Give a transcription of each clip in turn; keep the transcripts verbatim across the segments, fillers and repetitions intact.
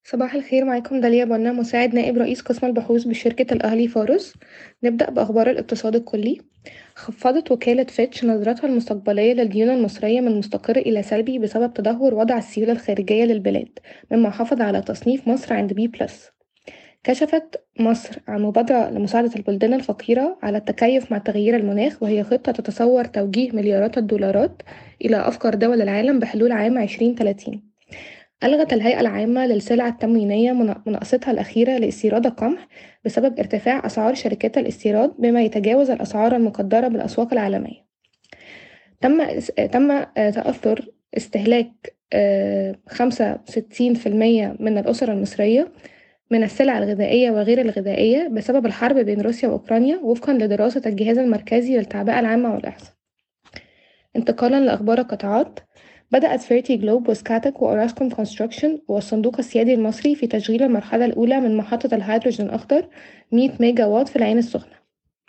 صباح الخير، معاكم داليا بنا، مساعد نائب رئيس قسم البحوث بشركة الأهلي فارس. نبدأ بأخبار الاقتصاد الكلي. خفضت وكالة فيتش نظرتها المستقبلية للديون المصرية من مستقر إلى سلبي بسبب تدهور وضع السيولة الخارجية للبلاد، مما حافظ على تصنيف مصر عند بي بلس. كشفت مصر عن مبادرة لمساعدة البلدان الفقيرة على التكيف مع تغيير المناخ، وهي خطة تتصور توجيه مليارات الدولارات إلى أفقر دول العالم بحلول عام عشرين ثلاثين. ألغت الهيئة العامة للسلع التموينية مناقصتها الأخيرة لاستيراد القمح بسبب ارتفاع أسعار شركات الاستيراد بما يتجاوز الأسعار المقدرة بالأسواق العالمية. تم تم تأثر استهلاك خمسة وستين في المية من الأسر المصرية من السلع الغذائية وغير الغذائية بسبب الحرب بين روسيا وأوكرانيا، وفقا لدراسة الجهاز المركزي للتعبئة العامة والإحصاء. انتقالا لأخبار القطاعات، بدأت فيرتي جلوب وسكاتك وأوراسكوم كونستراكشن والصندوق السيادي المصري في تشغيل المرحلة الأولى من محطة الهيدروجين الأخضر مية ميجا واط في العين السخنة.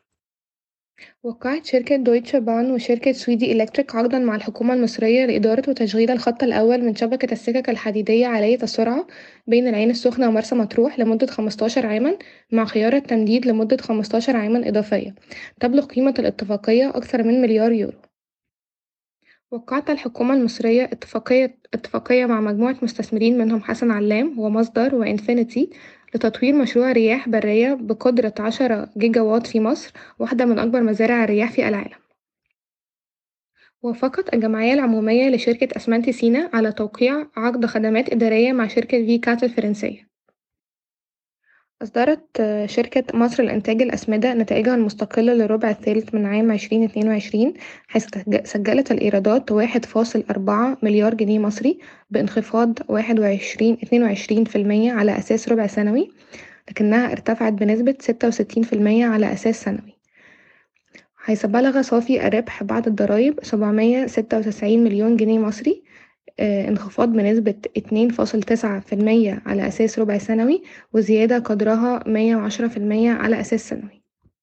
وقعت شركة دويتشه بان وشركة سويدي إلكتريك عقدا مع الحكومة المصرية لإدارة وتشغيل الخط الأول من شبكة السكك الحديدية عالية السرعة بين العين السخنة ومرسى مطروح لمدة خمستاشر عاما، مع خيار التمديد لمدة خمستاشر عاما إضافية. تبلغ قيمة الاتفاقية أكثر من مليار يورو. وقعت الحكومة المصرية اتفاقية اتفاقية مع مجموعة مستثمرين منهم حسن علام ومصدر وإنفينيتي لتطوير مشروع رياح برية بقدرة عشرة جيجا واط في مصر، واحدة من أكبر مزارع الرياح في العالم. وافقت الجمعية العمومية لشركة أسمنت سيناء على توقيع عقد خدمات إدارية مع شركة في كات الفرنسية. أصدرت آه، شركة مصر لإنتاج الأسمدة نتائجها المستقلة للربع الثالث من عام عشرين اتنين وعشرين، حيث تج- سجلت الإيرادات واحد فاصل أربعة مليار جنيه مصري بانخفاض واحد وعشرين اتنين وعشرين في المية على أساس ربع سنوي، لكنها ارتفعت بنسبة ستة وستين في المية على أساس سنوي، حيث بلغ صافي الربح بعد الضرائب سبعمية ستة وتسعين مليون جنيه مصري، آه، انخفاض بنسبة اتنين فاصل تسعة في المية على أساس ربع سنوي، وزيادة قدرها مية وعشرة في المية على أساس سنوي.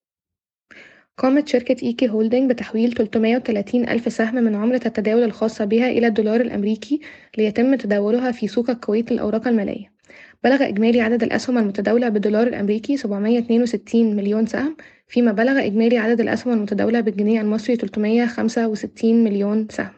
قامت شركة إيكي هولدنج بتحويل تلتمية وتلاتين ألف سهم من عملة التداول الخاصة بها إلى الدولار الأمريكي ليتم تداولها في سوق الكويت للأوراق المالية. بلغ إجمالي عدد الأسهم المتداولة بالدولار الأمريكي سبعمية اتنين وستين مليون سهم، فيما بلغ إجمالي عدد الأسهم المتداولة بالجنيه المصري تلتمية خمسة وستين مليون سهم.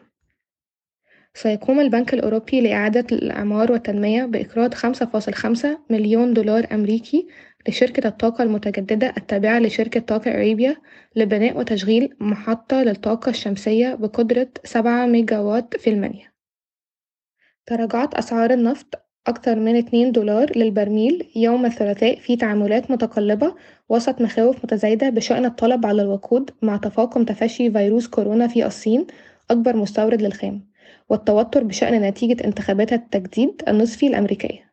سيقوم البنك الأوروبي لإعادة الإعمار والتنمية بإقراض خمسة فاصل خمسة مليون دولار أمريكي لشركة الطاقة المتجددة التابعة لشركة طاقة أريبيا لبناء وتشغيل محطة للطاقة الشمسية بقدرة سبعة ميجا واط في المنيا. تراجعت أسعار النفط أكثر من اتنين دولار للبرميل يوم الثلاثاء في تعاملات متقلبة وسط مخاوف متزايدة بشأن الطلب على الوقود مع تفاقم تفشي فيروس كورونا في الصين أكبر مستورد للخام، والتوتر بشأن نتيجة انتخابات التجديد النصفي الأمريكية.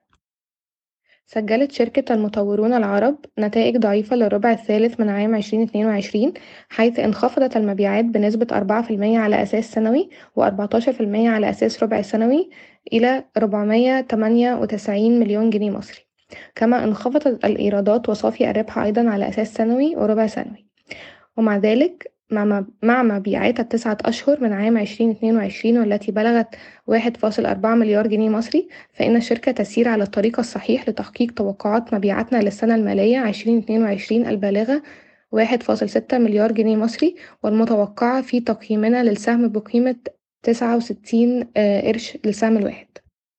سجلت شركة المطورون العرب نتائج ضعيفة للربع الثالث من عام عشرين اتنين وعشرين، حيث انخفضت المبيعات بنسبة أربعة في المية على أساس سنوي وأربعتاشر في المية على أساس ربع سنوي إلى ربعمية تمنية وتسعين مليون جنيه مصري. كما انخفضت الإيرادات وصافي الربح أيضا على أساس سنوي وربع سنوي. ومع ذلك، مع مب- مع مبيعات التسعة أشهر من عام عشرين اتنين وعشرين والتي بلغت واحد فاصل أربعة مليار جنيه مصري، فإن الشركة تسير على الطريق الصحيح لتحقيق توقعات مبيعاتنا للسنة المالية عشرين اتنين وعشرين البالغة واحد فاصل ستة مليار جنيه مصري، والمتوقعة في تقييمنا للسهم بقيمة تسعة وستين آه، قرش للسهم الواحد.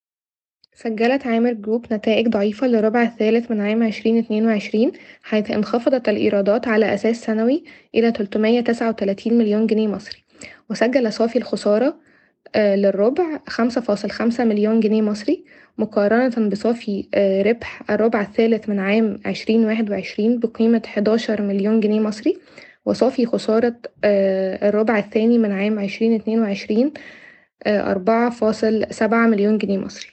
سجلت عامر جروب نتائج ضعيفة للربع الثالث من عام عشرين اتنين وعشرين، حيث انخفضت الإيرادات على أساس سنوي إلى تلتمية تسعة وتلاتين مليون جنيه مصري، وسجل صافي الخسارة آه، للربع خمسة فاصل خمسة مليون جنيه مصري، مقارنة بصافي آه، ربح الربع الثالث من عام عشرين واحد وعشرين بقيمة حداشر مليون جنيه مصري، وصافي خسارة آه، الربع الثاني من عام عشرين اتنين وعشرين أربعة فاصل سبعة مليون جنيه مصري.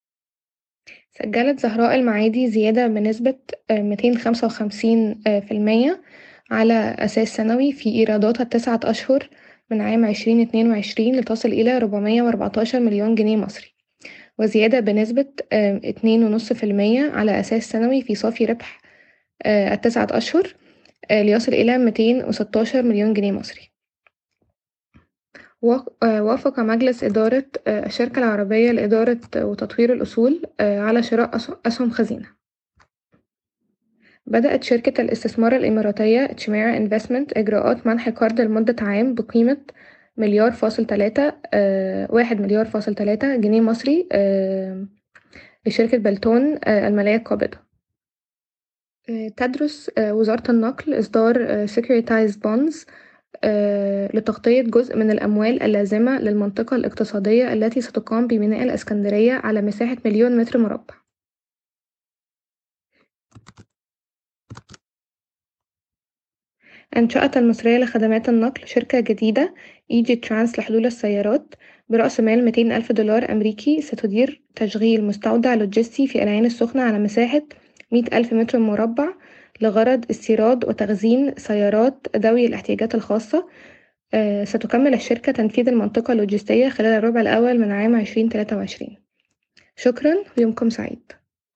سجلت زهراء المعادي زيادة بنسبة ميتين خمسة وخمسين في المية على أساس سنوي في إيراداتها التسعة أشهر من عام عشرين اتنين وعشرين لتصل إلى ربعمية وأربعتاشر مليون جنيه مصري، وزيادة بنسبة اتنين ونص في المية على أساس سنوي في صافي ربح آه، التسعة أشهر آه، ليصل إلى ميتين وستاشر مليون جنيه مصري. وق- آه، وافق مجلس إدارة آه، الشركة العربية لإدارة وتطوير الأصول آه، على شراء أس- أسهم خزينة. بدأت شركة الاستثمار الإماراتية تشيميرا انفستمنت إجراءات منح قرض لمدة عام بقيمة مليار فاصل تلاتة آه، واحد مليار فاصل تلاتة جنيه مصري آه، لشركة بلتون آه، المالية القابضة. آه، تدرس آه، وزارة النقل إصدار آه، Securitized Bonds آه، لتغطية جزء من الأموال اللازمة للمنطقة الاقتصادية التي ستقام بميناء الإسكندرية على مساحة مليون متر مربع. أنشأت المصرية لخدمات النقل شركة جديدة إيجي ترانس لحلول السيارات برأس مال مئتين ألف دولار أمريكي، ستدير تشغيل مستودع لوجستي في العين السخنة على مساحة مئة ألف متر مربع لغرض استيراد وتخزين سيارات ذوي الاحتياجات الخاصة. آه، ستكمل الشركة تنفيذ المنطقة اللوجستية خلال الربع الأول من عام عشرين تلاتة وعشرين. شكرا ويومكم سعيد.